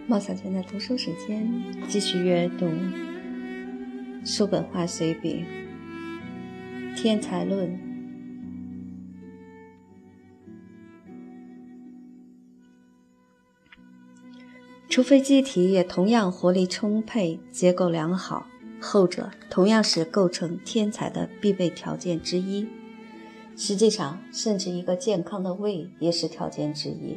猫小娟的读书时间，继续阅读叔本华随笔《天才论》。除非机体也同样活力充沛、结构良好，后者同样是构成天才的必备条件之一。实际上，甚至一个健康的胃也是条件之一。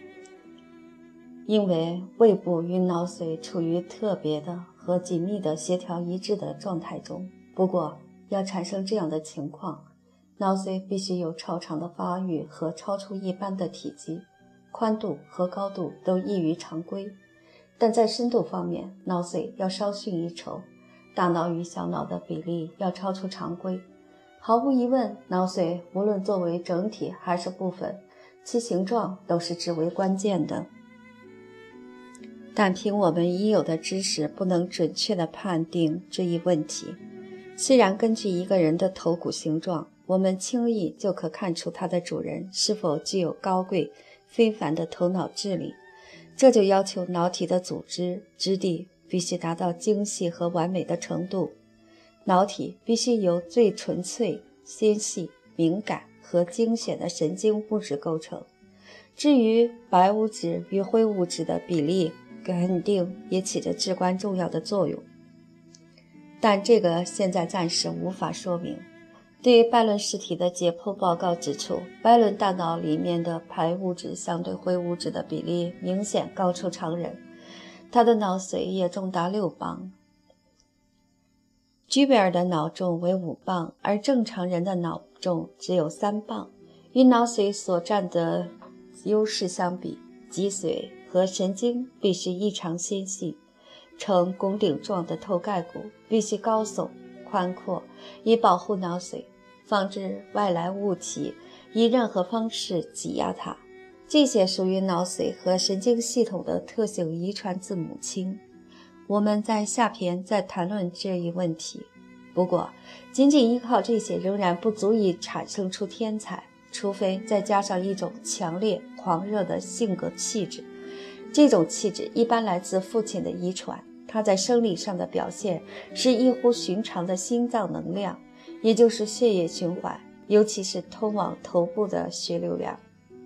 因为胃部与脑髓处于特别的和紧密的协调一致的状态中。不过，要产生这样的情况，脑髓必须有超长的发育和超出一般的体积，宽度和高度都异于常规。但在深度方面，脑髓要稍逊一筹，大脑与小脑的比例要超出常规。毫无疑问，脑髓无论作为整体还是部分，其形状都是至为关键的。但凭我们已有的知识，不能准确地判定这一问题。虽然根据一个人的头骨形状，我们轻易就可看出他的主人是否具有高贵非凡的头脑智力，这就要求脑体的组织质地必须达到精细和完美的程度。脑体必须由最纯粹、纤细、敏感和精选的神经物质构成。至于白物质与灰物质的比例，肯定也起着至关重要的作用，但这个现在暂时无法说明。对于拜伦试题的解剖报告指出，拜伦大脑里面的白物质相对灰物质的比例明显高出常人，他的脑髓也重达6磅。居贝尔的脑重为5磅，而正常人的脑重只有3磅。与脑髓所占的优势相比，脊髓和神经必须异常纤细，呈拱顶状的头盖骨必须高耸宽阔，以保护脑髓，防止外来物体以任何方式挤压它。这些属于脑髓和神经系统的特性遗传自母亲。我们在下篇再谈论这一问题。不过，仅仅依靠这些仍然不足以产生出天才，除非再加上一种强烈狂热的性格气质。这种气质一般来自父亲的遗传，他在生理上的表现是异乎寻常的心脏能量，也就是血液循环，尤其是通往头部的血流量。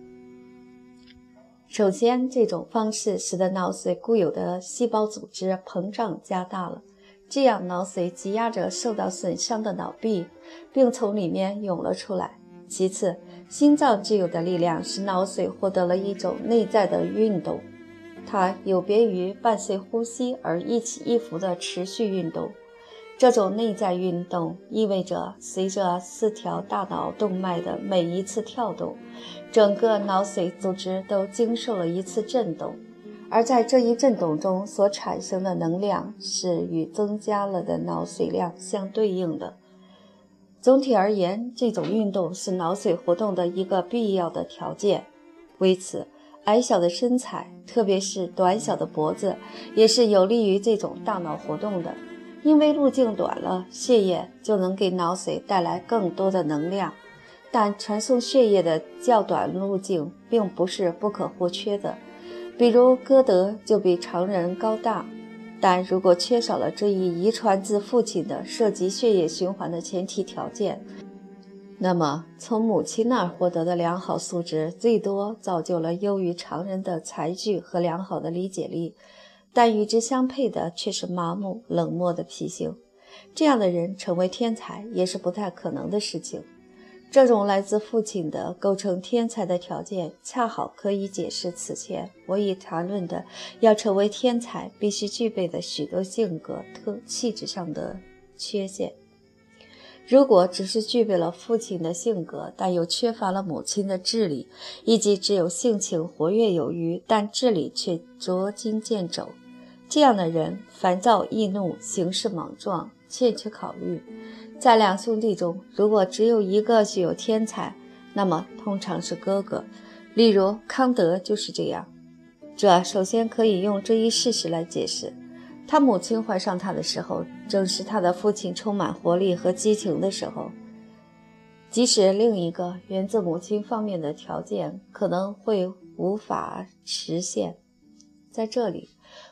首先，这种方式使得脑髓固有的细胞组织膨胀加大了，这样脑髓挤压着受到损伤的脑壁，并从里面涌了出来。其次，心脏具有的力量使脑髓获得了一种内在的运动，它有别于伴随呼吸而一起一伏的持续运动。这种内在运动意味着随着4条大脑动脉的每一次跳动，整个脑髓组织都经受了一次震动，而在这一震动中所产生的能量是与增加了的脑髓量相对应的。总体而言，这种运动是脑髓活动的一个必要的条件。为此，矮小的身材，特别是短小的脖子，也是有利于这种大脑活动的。因为路径短了，血液就能给脑髓带来更多的能量，但传送血液的较短路径并不是不可或缺的。比如歌德就比常人高大，但如果缺少了这一遗传自父亲的涉及血液循环的前提条件，那么从母亲那儿获得的良好素质最多造就了优于常人的才具和良好的理解力，但与之相配的却是麻木冷漠的脾性。这样的人成为天才也是不太可能的事情。这种来自父亲的构成天才的条件，恰好可以解释此前我已谈论的要成为天才必须具备的许多性格气质上的缺陷。如果只是具备了父亲的性格，但又缺乏了母亲的智力，以及只有性情活跃有余，但智力却捉襟见肘，这样的人烦躁易怒，行事莽撞，欠缺考虑。在2兄弟中，如果只有一个具有天才，那么通常是哥哥，例如康德就是这样。这首先可以用这一事实来解释。他母亲怀上他的时候，正是他的父亲充满活力和激情的时候。即使另一个源自母亲方面的条件可能会无法实现，在这里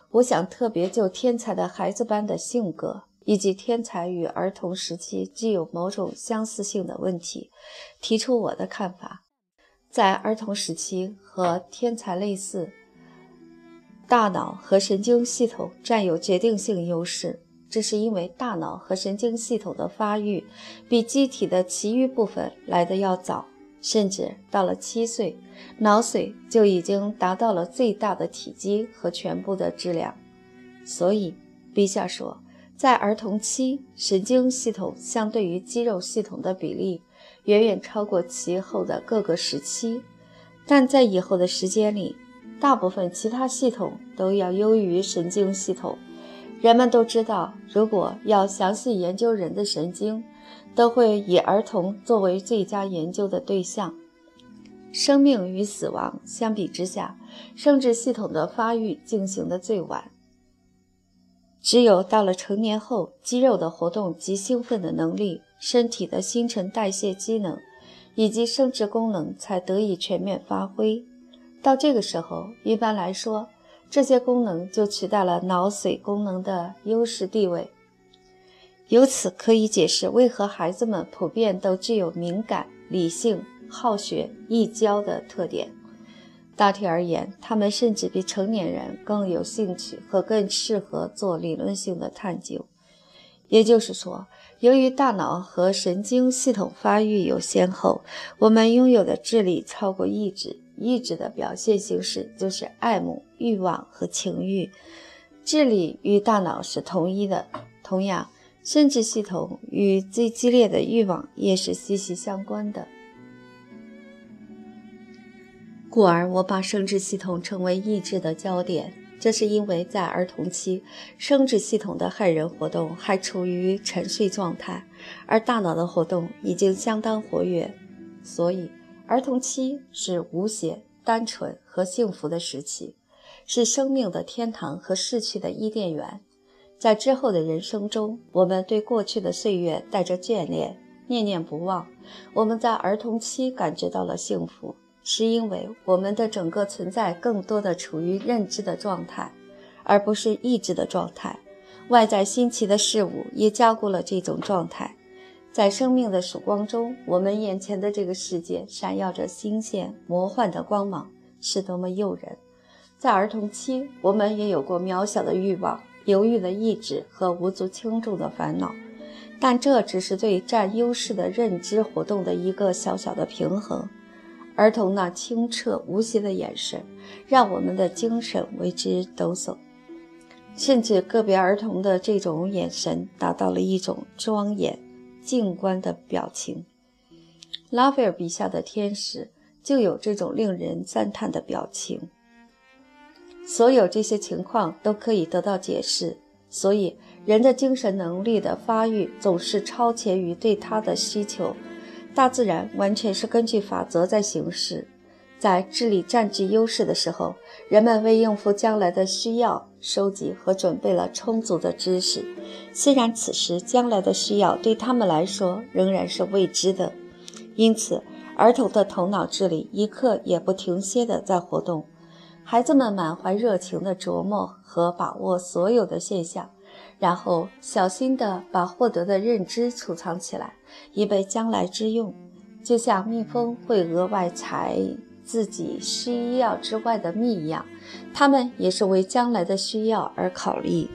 我想特别就天才的孩子般的性格，以及天才与儿童时期具有某种相似性的问题，提出我的看法。在儿童时期和天才类似，大脑和神经系统占有决定性优势，这是因为大脑和神经系统的发育比机体的其余部分来得要早，甚至到了7岁，脑髓就已经达到了最大的体积和全部的质量。所以陛下说，在儿童期，神经系统相对于肌肉系统的比例远远超过其后的各个时期，但在以后的时间里，大部分其他系统都要优于神经系统。人们都知道，如果要详细研究人的神经，都会以儿童作为最佳研究的对象。生命与死亡相比之下，生殖系统的发育进行得最晚。只有到了成年后，肌肉的活动及兴奋的能力、身体的新陈代谢机能以及生殖功能才得以全面发挥。到这个时候，一般来说，这些功能就取代了脑髓功能的优势地位。由此可以解释为何孩子们普遍都具有敏感、理性、好学、易教的特点。大体而言，他们甚至比成年人更有兴趣和更适合做理论性的探究。也就是说，由于大脑和神经系统发育有先后，我们拥有的智力超过意志。意志的表现形式就是爱慕、欲望和情欲。智力与大脑是同一的，同样，生殖系统与最激烈的欲望也是息息相关的。故而我把生殖系统称为意志的焦点，这是因为在儿童期，生殖系统的害人活动还处于沉睡状态，而大脑的活动已经相当活跃。所以儿童期是无邪、单纯和幸福的时期，是生命的天堂和逝去的伊甸园。在之后的人生中，我们对过去的岁月带着眷恋，念念不忘。我们在儿童期感觉到了幸福，是因为我们的整个存在更多的处于认知的状态，而不是意志的状态。外在新奇的事物也加固了这种状态。在生命的曙光中，我们眼前的这个世界闪耀着新鲜、魔幻的光芒，是多么诱人。在儿童期，我们也有过渺小的欲望、犹豫的意志和无足轻重的烦恼，但这只是对占优势的认知活动的一个小小的平衡。儿童那清澈无邪的眼神，让我们的精神为之抖擞，甚至个别儿童的这种眼神达到了一种庄严、静观的表情。拉斐尔笔下的天使就有这种令人赞叹的表情。所有这些情况都可以得到解释，所以人的精神能力的发育总是超前于对他的需求。大自然完全是根据法则在行事。在智力占据优势的时候，人们为应付将来的需要收集和准备了充足的知识，虽然此时将来的需要对他们来说仍然是未知的。因此，儿童的头脑智力一刻也不停歇地在活动。孩子们满怀热情地琢磨和把握所有的现象，然后小心地把获得的认知储藏起来，以备将来之用。就像蜜蜂会额外采自己需要之外的蜜一样，它们也是为将来的需要而考虑。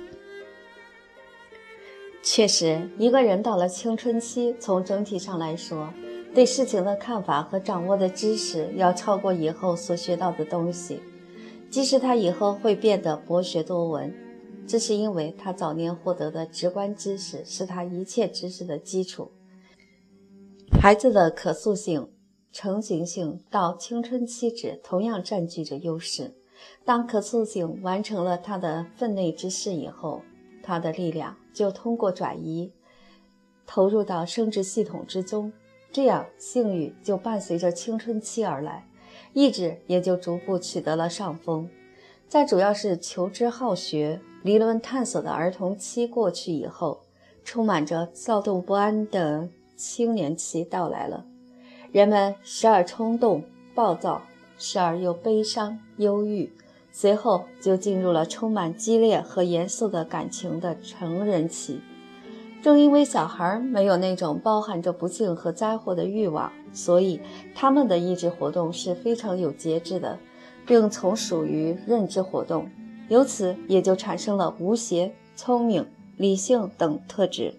确实，一个人到了青春期，从整体上来说，对事情的看法和掌握的知识要超过以后所学到的东西。即使他以后会变得博学多闻，这是因为他早年获得的直观知识是他一切知识的基础。孩子的可塑性、成型性到青春期止同样占据着优势。当可塑性完成了他的分内之事以后，他的力量就通过转移投入到生殖系统之中，这样性欲就伴随着青春期而来，意志也就逐步取得了上风。在主要是求知好学、理论探索的儿童期过去以后，充满着躁动不安的青年期到来了。人们时而冲动、暴躁，时而又悲伤、忧郁， 随后就进入了充满激烈和严肃的感情的成人期。正因为小孩没有那种包含着不幸和灾祸的欲望，所以他们的意志活动是非常有节制的，并从属于认知活动，由此也就产生了无邪、聪明、理性等特质。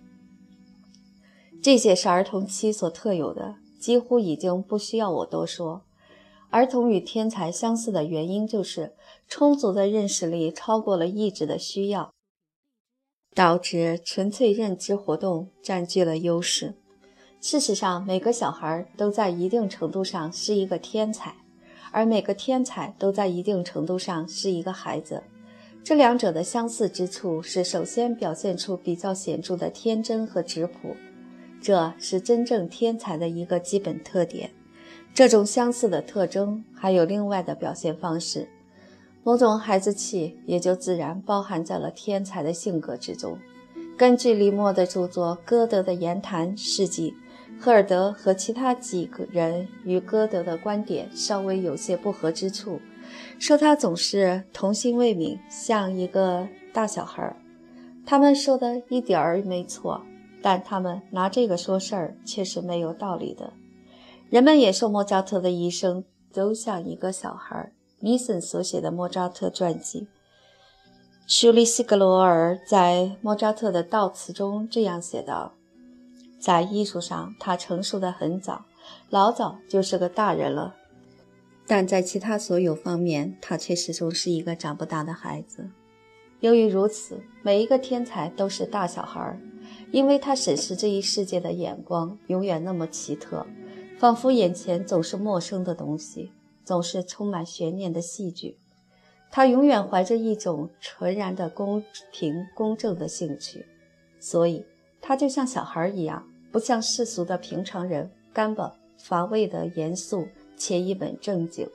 这些是儿童期所特有的，几乎已经不需要我多说。儿童与天才相似的原因就是充足的认识力超过了意志的需要，导致纯粹认知活动占据了优势。事实上，每个小孩都在一定程度上是一个天才，而每个天才都在一定程度上是一个孩子。这两者的相似之处是首先表现出比较显著的天真和质朴，这是真正天才的一个基本特点。这种相似的特征还有另外的表现方式，某种孩子气也就自然包含在了天才的性格之中。根据李默的著作《歌德的言谈》事迹，赫尔德和其他几个人与歌德的观点稍微有些不合之处，说他总是童心未泯，像一个大小孩。他们说的一点儿没错，但他们拿这个说事儿却是没有道理的。人们也说莫扎特的一生都像一个小孩。尼森所写的莫扎特传记，舒里斯格罗尔在莫扎特的悼词中这样写道：在艺术上他成熟得很早，老早就是个大人了，但在其他所有方面他却始终是一个长不大的孩子。由于如此，每一个天才都是大小孩，因为他审视这一世界的眼光永远那么奇特，仿佛眼前总是陌生的东西，总是充满悬念的戏剧。他永远怀着一种纯然的公平公正的兴趣，所以他就像小孩一样，不像世俗的平常人干巴乏味的严肃且一本正经。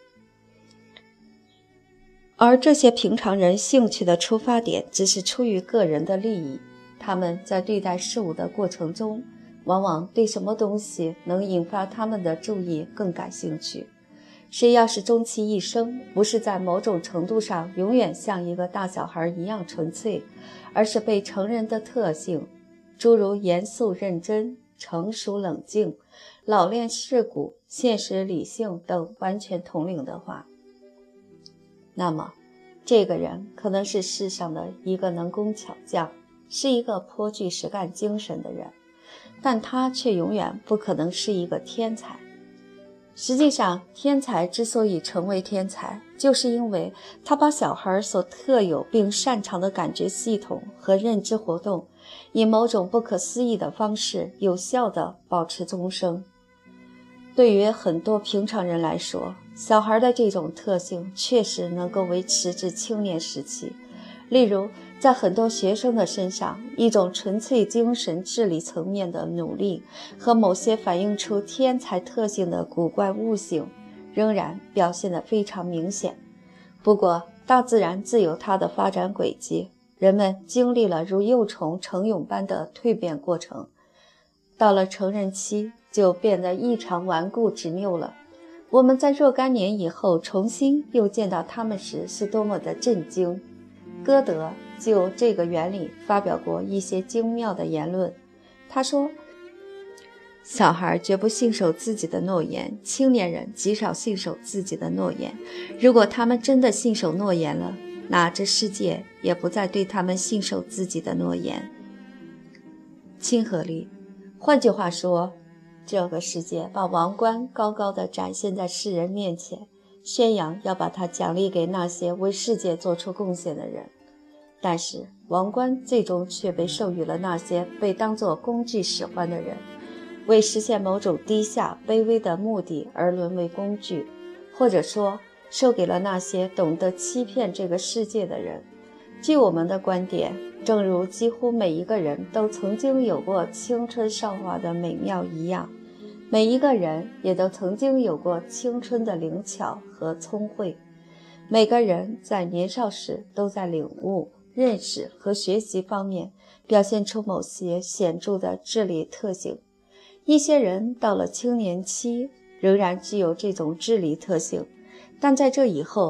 而这些平常人兴趣的出发点只是出于个人的利益，他们在对待事物的过程中，往往对什么东西能引发他们的注意更感兴趣。谁要是终其一生不是在某种程度上永远像一个大小孩一样纯粹，而是被成人的特性，诸如严肃认真、成熟冷静、老练世故、现实理性等完全统领的话，那么这个人可能是世上的一个能工巧匠，是一个颇具实干精神的人，但他却永远不可能是一个天才。实际上，天才之所以成为天才，就是因为他把小孩所特有并擅长的感觉系统和认知活动，以某种不可思议的方式有效地保持终生。对于很多平常人来说，小孩的这种特性确实能够维持至青年时期。例如，在很多学生的身上，一种纯粹精神智力层面的努力和某些反映出天才特性的古怪悟性仍然表现得非常明显。不过，大自然自有它的发展轨迹，人们经历了如幼虫成蛹般的蜕变过程，到了成人期就变得异常顽固执拗了。我们在若干年以后重新又见到他们时是多么的震惊。歌德就这个原理发表过一些精妙的言论。他说，小孩绝不信守自己的诺言，青年人极少信守自己的诺言。如果他们真的信守诺言了，那这世界也不再对他们信守自己的诺言。亲和力，换句话说，这个世界把王冠高高地展现在世人面前，宣扬要把它奖励给那些为世界做出贡献的人，但是王冠最终却被授予了那些被当作工具使唤的人，为实现某种低下卑微的目的而沦为工具，或者说授给了那些懂得欺骗这个世界的人。据我们的观点，正如几乎每一个人都曾经有过青春少华的美妙一样，每一个人也都曾经有过青春的灵巧和聪慧。每个人在年少时都在领悟、认识和学习方面表现出某些显著的智力特性。一些人到了青年期仍然具有这种智力特性，但在这以后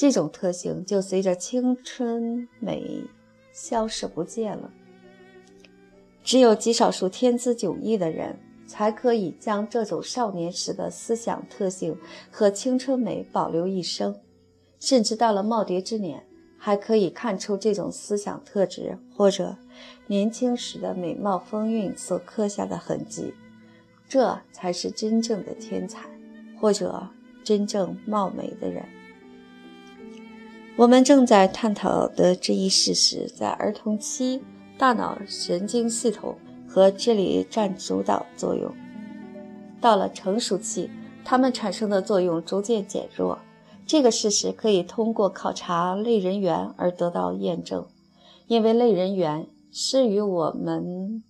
这种特性就随着青春美消失不见了。只有极少数天资迥异的人才可以将这种少年时的思想特性和青春美保留一生，甚至到了耄耋之年还可以看出这种思想特质或者年轻时的美貌风韵所刻下的痕迹。这才是真正的天才，或者真正貌美的人。我们正在探讨的这一事实，在儿童期大脑神经系统和智力占主导作用，到了成熟期，它们产生的作用逐渐减弱。这个事实可以通过考察类人猿而得到验证，因为类人猿是与我们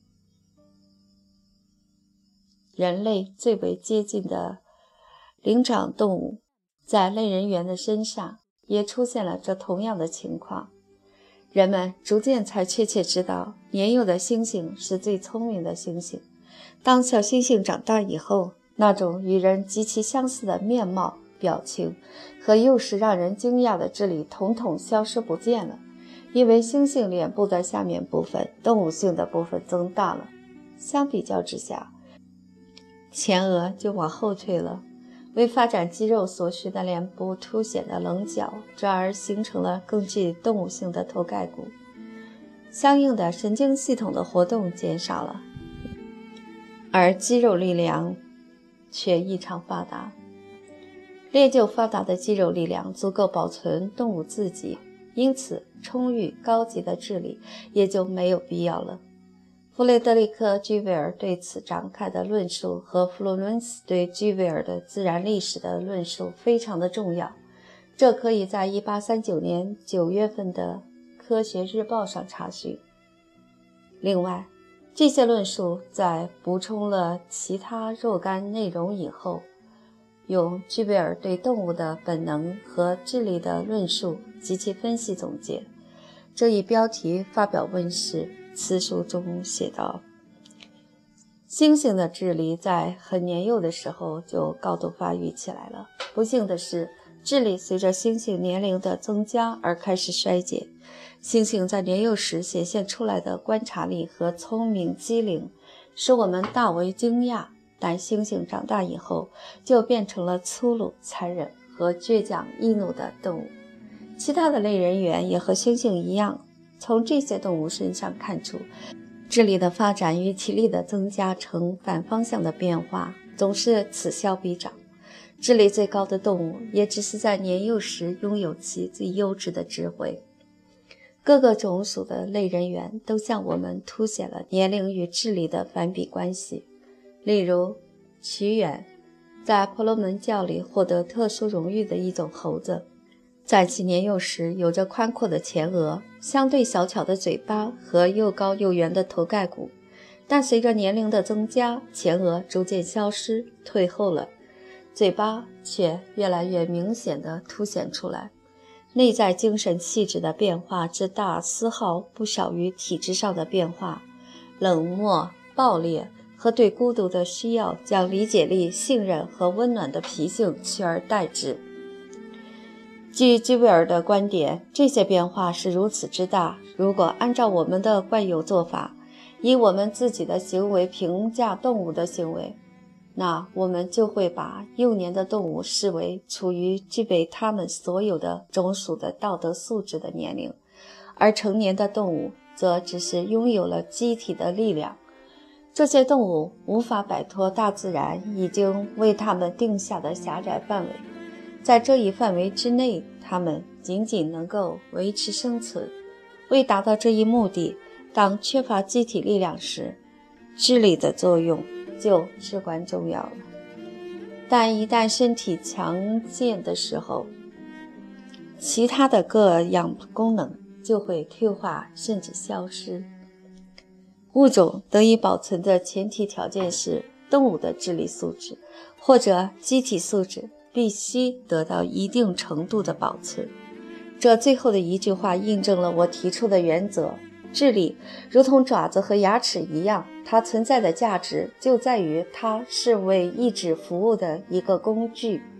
人类最为接近的灵长动物，在类人猿的身上也出现了这同样的情况。人们逐渐才确切知道，年幼的猩猩是最聪明的猩猩。当小猩猩长大以后，那种与人极其相似的面貌、表情和幼时让人惊讶的智力统统消失不见了，因为猩猩脸部的下面部分，动物性的部分增大了，相比较之下，前额就往后退了，为发展肌肉所需的脸部凸显的棱角，转而形成了更具动物性的头盖骨。相应的神经系统的活动减少了，而肌肉力量却异常发达。练就发达的肌肉力量足够保存动物自己，因此充裕高级的智力也就没有必要了。弗雷德里克·居维尔对此展开的论述和弗洛伦斯对居维尔的自然历史的论述非常的重要，这可以在1839年9月份的科学日报上查询。另外，这些论述在补充了其他若干内容以后，用居维尔对动物的本能和智力的论述及其分析总结，这一标题发表问世。此书中写道，猩猩的智力在很年幼的时候就高度发育起来了。不幸的是，智力随着猩猩年龄的增加而开始衰减。猩猩在年幼时显现出来的观察力和聪明机灵使我们大为惊讶，但猩猩长大以后就变成了粗鲁、残忍和倔强易怒的动物。其他的类人猿也和猩猩一样，从这些动物身上看出，智力的发展与体力的增加呈反方向的变化，总是此消彼长。智力最高的动物也只是在年幼时拥有其最优质的智慧。各个种属的类人猿都向我们凸显了年龄与智力的反比关系。例如，瞿远，在婆罗门教里获得特殊荣誉的一种猴子，在其年幼时有着宽阔的前额，相对小巧的嘴巴和又高又圆的头盖骨，但随着年龄的增加，前额逐渐消失退后了，嘴巴却越来越明显地凸显出来。内在精神气质的变化之大，丝毫不少于体质上的变化。冷漠、暴烈和对孤独的需要将理解力、信任和温暖的脾性取而代之。据居维尔的观点，这些变化是如此之大，如果按照我们的惯有做法，以我们自己的行为评价动物的行为，那我们就会把幼年的动物视为处于具备它们所有的种属的道德素质的年龄，而成年的动物则只是拥有了机体的力量。这些动物无法摆脱大自然已经为它们定下的狭窄范围，在这一范围之内，它们仅仅能够维持生存。为达到这一目的，当缺乏机体力量时，智力的作用就至关重要了。但一旦身体强健的时候，其他的各样功能就会退化甚至消失。物种得以保存的前提条件是动物的智力素质或者机体素质必须得到一定程度的保存。这最后的一句话印证了我提出的原则：智力如同爪子和牙齿一样，它存在的价值就在于它是为意志服务的一个工具。